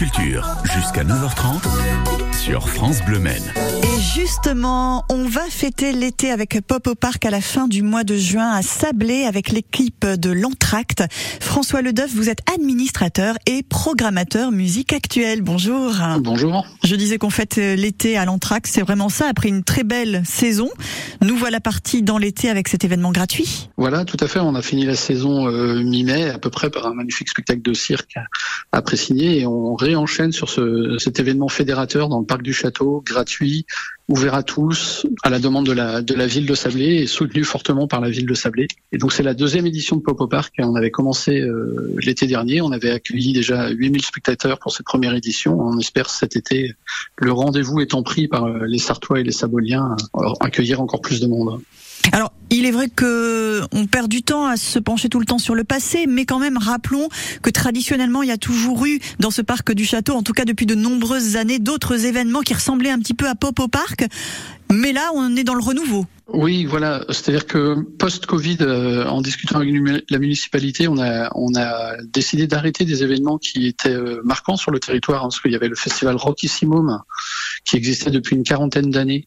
Culture, jusqu'à 9h30 sur France Bleu Maine. Et justement, on va fêter l'été avec Pop au Parc à la fin du mois de juin à Sablé avec l'équipe de l'Entracte. François Ledeuf, vous êtes administrateur et programmateur musique actuelle. Bonjour. Bonjour. Je disais qu'on fête l'été à l'Entracte, c'est vraiment ça, après une très belle saison. Nous voilà partis dans l'été avec cet événement gratuit. Voilà, tout à fait. On a fini la saison mi-mai à peu près par un magnifique spectacle de cirque à Pressigné et on réenchaîne sur cet événement fédérateur dans le parc du Château, gratuit, ouvert à tous, à la demande de la ville de Sablé et soutenu fortement par la ville de Sablé. Et donc c'est la deuxième édition de Pop au Parc. On avait commencé l'été dernier, on avait accueilli déjà 8000 spectateurs pour cette première édition. On espère cet été, le rendez-vous étant pris par les Sartois et les Saboliens, accueillir encore plus de monde. Alors, il est vrai que on perd du temps à se pencher tout le temps sur le passé, mais quand même, rappelons que traditionnellement, il y a toujours eu, dans ce parc du Château, en tout cas depuis de nombreuses années, d'autres événements qui ressemblaient un petit peu à Pop au Parc. Mais là, on est dans le renouveau. Oui, voilà. C'est-à-dire que post-Covid, en discutant avec la municipalité, on a décidé d'arrêter des événements qui étaient marquants sur le territoire, parce qu'il y avait le festival Rockissimum, qui existait depuis une quarantaine d'années,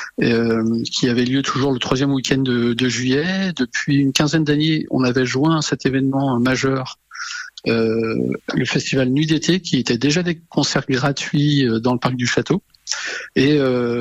qui avait lieu toujours le troisième week-end de juillet. Depuis une quinzaine d'années, on avait joint à cet événement majeur le festival Nuit d'été, qui était déjà des concerts gratuits dans le parc du Château. Et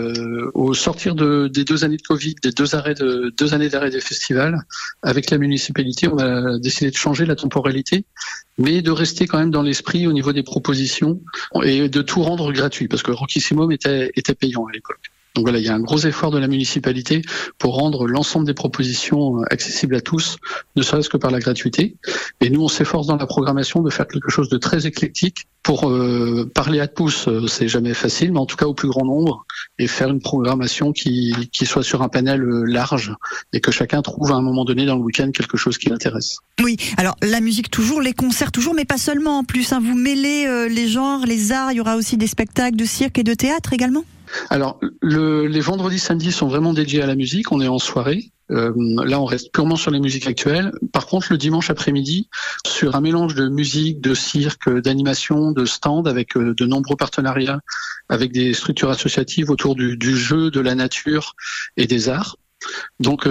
au sortir des 2 années de Covid, des deux années d'arrêt des festivals, avec la municipalité, on a décidé de changer la temporalité, mais de rester quand même dans l'esprit au niveau des propositions et de tout rendre gratuit, parce que Rockissimum était payant à l'époque. Donc voilà, il y a un gros effort de la municipalité pour rendre l'ensemble des propositions accessibles à tous, ne serait-ce que par la gratuité. Et nous, on s'efforce dans la programmation de faire quelque chose de très éclectique pour parler à tous. C'est jamais facile, mais en tout cas au plus grand nombre, et faire une programmation qui soit sur un panel large et que chacun trouve à un moment donné dans le week-end quelque chose qui l'intéresse. Oui, alors la musique toujours, les concerts toujours, mais pas seulement en plus. Vous mêlez les genres, les arts, il y aura aussi des spectacles de cirque et de théâtre également ? Alors, les vendredis, samedis sont vraiment dédiés à la musique. On est en soirée. Là, on reste purement sur les musiques actuelles. Par contre, le dimanche après-midi, sur un mélange de musique, de cirque, d'animation, de stand, avec de nombreux partenariats avec des structures associatives autour du jeu, de la nature et des arts. Donc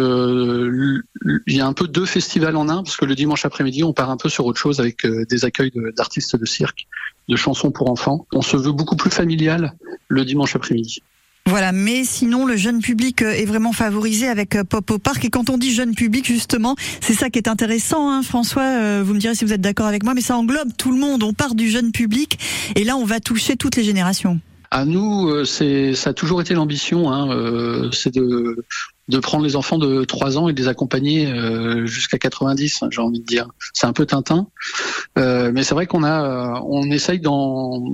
il y a un peu 2 festivals en un, parce que le dimanche après-midi on part un peu sur autre chose avec des accueils d'artistes de cirque, de chansons pour enfants. On se veut beaucoup plus familial le dimanche après-midi. Voilà, mais sinon le jeune public est vraiment favorisé avec Pop au Parc. Et quand on dit jeune public, justement, c'est ça qui est intéressant, hein, François, vous me direz si vous êtes d'accord avec moi, mais ça englobe tout le monde. On part du jeune public et là on va toucher toutes les générations. À nous, ça a toujours été l'ambition, hein, c'est de prendre les enfants de 3 ans et de les accompagner jusqu'à 90, j'ai envie de dire. C'est un peu Tintin, mais c'est vrai on essaye dans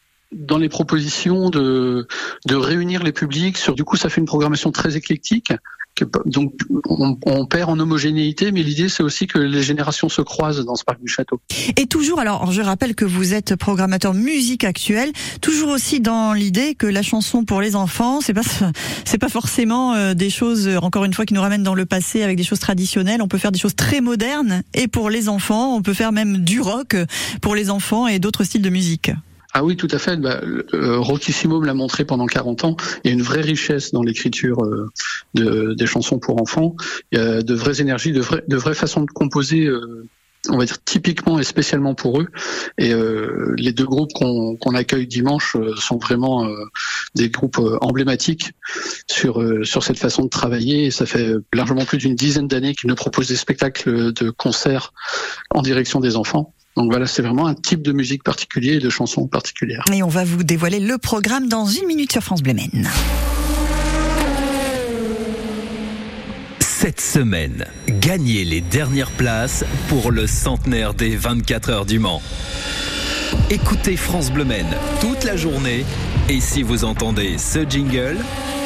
les propositions de réunir les publics. Du coup, ça fait une programmation très éclectique. Donc, on perd en homogénéité, mais l'idée, c'est aussi que les générations se croisent dans ce parc du Château. Et toujours, alors, je rappelle que vous êtes programmateur musique actuelle, toujours aussi dans l'idée que la chanson pour les enfants, c'est pas forcément des choses, encore une fois, qui nous ramènent dans le passé avec des choses traditionnelles. On peut faire des choses très modernes, et pour les enfants, on peut faire même du rock pour les enfants et d'autres styles de musique. Ah oui, tout à fait. Rockissimum l'a montré pendant 40 ans. Il y a une vraie richesse dans l'écriture des chansons pour enfants. Il y a de vraies énergies, de vraies façons de composer, on va dire typiquement et spécialement pour eux. Et les 2 groupes qu'on accueille dimanche sont vraiment des groupes emblématiques sur cette façon de travailler. Et ça fait largement plus d'une dizaine d'années qu'ils nous proposent des spectacles de concerts en direction des enfants. Donc voilà, c'est vraiment un type de musique particulier et de chansons particulières. Et on va vous dévoiler le programme dans 1 minute sur France Bleu Maine. Cette semaine, gagnez les dernières places pour le centenaire des 24 heures du Mans. Écoutez France Bleu Maine toute la journée et si vous entendez ce jingle...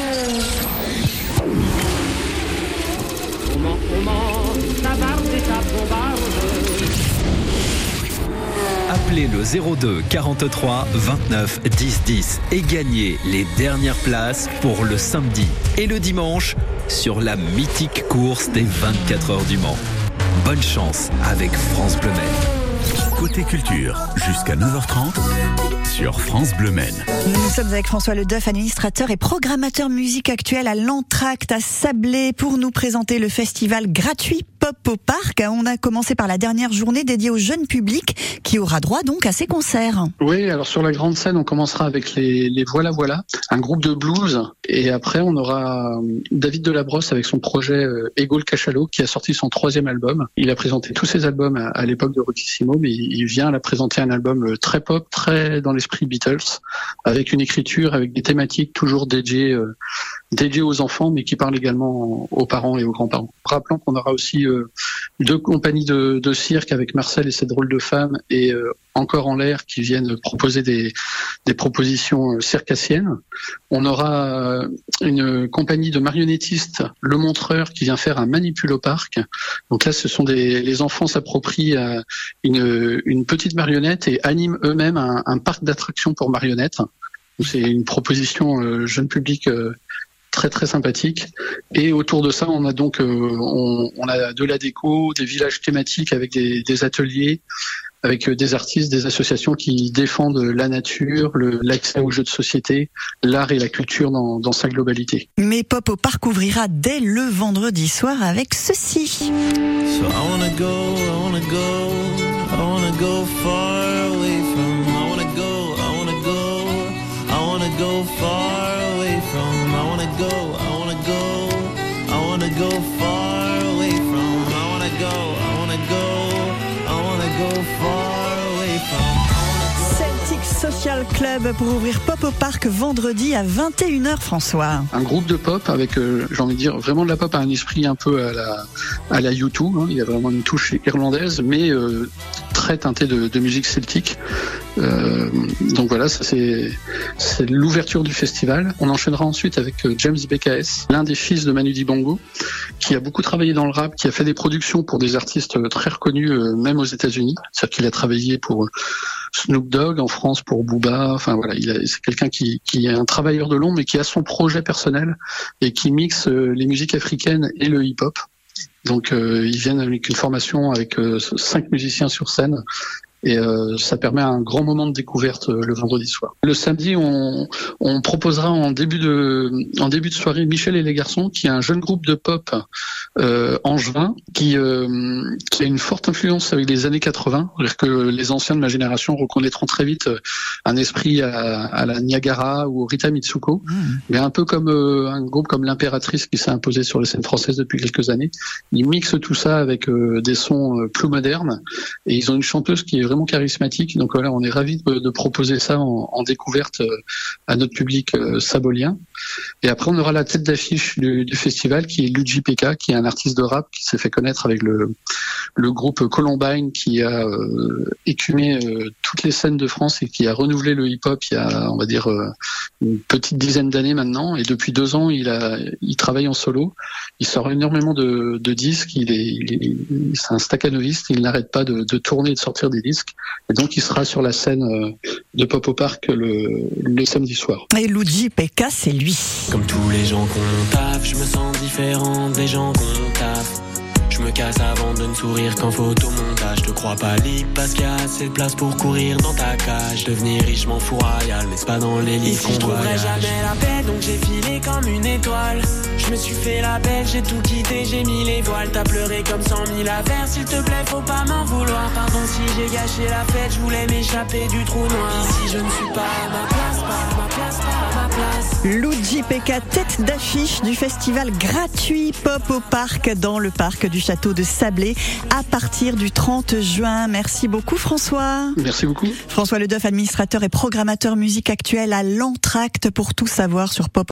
Appelez le 02 43 29 10 10 et gagnez les dernières places pour le samedi et le dimanche sur la mythique course des 24 heures du Mans. Bonne chance avec France Bleu Maine. Côté Culture, jusqu'à 9h30 sur France Bleu Maine. Nous sommes avec François Ledeuf, administrateur et programmateur musique actuelle à l'Entracte à Sablé pour nous présenter le festival gratuit Pop au Parc. On a commencé par la dernière journée dédiée au jeune public qui aura droit donc à ces concerts. Oui, alors sur la grande scène, on commencera avec les Voilà Voilà, un groupe de blues. Et après, on aura David Delabrosse avec son projet Ego le Cachalot qui a sorti son 3e album. Il a présenté tous ses albums à l'époque de Rockissimo, mais il vient à présenter un album très pop, très dans l'esprit Beatles, avec une écriture, avec des thématiques toujours dédiées aux enfants, mais qui parlent également aux parents et aux grands-parents. Rappelons qu'on aura aussi 2 compagnies de cirque avec Marcel et ses drôles de femmes et Encore en l'air qui viennent proposer des propositions circassiennes. On aura une compagnie de marionnettistes, Le Montreur, qui vient faire un manipule au parc. Donc là, ce sont les enfants s'approprient une petite marionnette et animent eux-mêmes un parc d'attractions pour marionnettes. Donc c'est une proposition jeune public très très sympathique. Et autour de ça, on a donc on a de la déco, des villages thématiques avec des ateliers, avec des artistes, des associations qui défendent la nature, l'accès aux jeux de société, l'art et la culture dans sa globalité. Mais Pop au Parc ouvrira dès le vendredi soir avec ceci. So I wanna go far away from, I wanna go far away from, I wanna go far away from, I wanna go far away from. Celtic Social Club pour ouvrir Pop au Parc vendredi à 21h, François. Un groupe de pop avec, j'ai envie de dire, vraiment de la pop à un esprit un peu à la U2, hein. Il y a vraiment une touche irlandaise, mais très teintée de musique celtique. Donc voilà, ça c'est l'ouverture du festival. On enchaînera ensuite avec James BKS, l'un des fils de Manu Dibango, qui a beaucoup travaillé dans le rap, qui a fait des productions pour des artistes très reconnus, même aux États-Unis. C'est-à-dire qu'il a travaillé pour Snoop Dogg en France, pour Booba. Enfin voilà, c'est quelqu'un qui est un travailleur de l'ombre, mais qui a son projet personnel et qui mixe les musiques africaines et le hip-hop. Donc ils viennent avec une formation avec 5 musiciens sur scène. Et ça permet un grand moment de découverte le vendredi soir. Le samedi, on proposera en début de soirée Michel et les garçons, qui est un jeune groupe de pop angevin qui a une forte influence avec les années 80. C'est-à-dire que les anciens de ma génération reconnaîtront très vite un esprit à la Niagara ou Rita Mitsuko, mais un peu comme un groupe comme l'Impératrice qui s'est imposé sur les scènes françaises depuis quelques années. Ils mixent tout ça avec des sons plus modernes et ils ont une chanteuse qui est vraiment charismatique. Donc voilà, on est ravis de proposer ça en découverte à notre public sabolien. Et après, on aura la tête d'affiche du festival qui est Luigi Pekka, qui est un artiste de rap qui s'est fait connaître avec le groupe Columbine, qui a écumé toutes les scènes de France et qui a renouvelé le hip-hop il y a, on va dire, une petite dizaine d'années maintenant. Et depuis 2 ans, il travaille en solo. Il sort énormément de disques. C'est un staccanoviste. Il n'arrête pas de tourner et de sortir des disques. Et donc, il sera sur la scène de Pop au Parc le samedi soir. Et Luigi Pekka, c'est lui. Comme tous les gens qu'on taffe, je me sens différent des gens qu'on taffe. Je me casse avant de ne sourire qu'en photomontage. Te crois pas libre parce qu'il y a assez de place pour courir dans ta cage. Devenir riche, m'en fous royal, mais c'est pas dans les livres qu'on trouverait jamais la paix, donc j'ai filé comme une étoile. Je me suis fait la belle, j'ai tout quitté, j'ai mis les voiles. T'as pleuré comme 100 000 affaires, s'il te plaît, faut pas m'en vouloir. Pardon si j'ai gâché la fête, je voulais m'échapper du trou noir. Ici je ne suis pas à ma place, pas à ma place, pas à ma place. Luigi Pekka, tête d'affiche du festival gratuit Pop au Parc dans le parc du château de Sablé à partir du 30 juin. Merci beaucoup François. Merci beaucoup. François Ledeuf, administrateur et programmateur musique actuelle à l'Entracte. Pour tout savoir sur Pop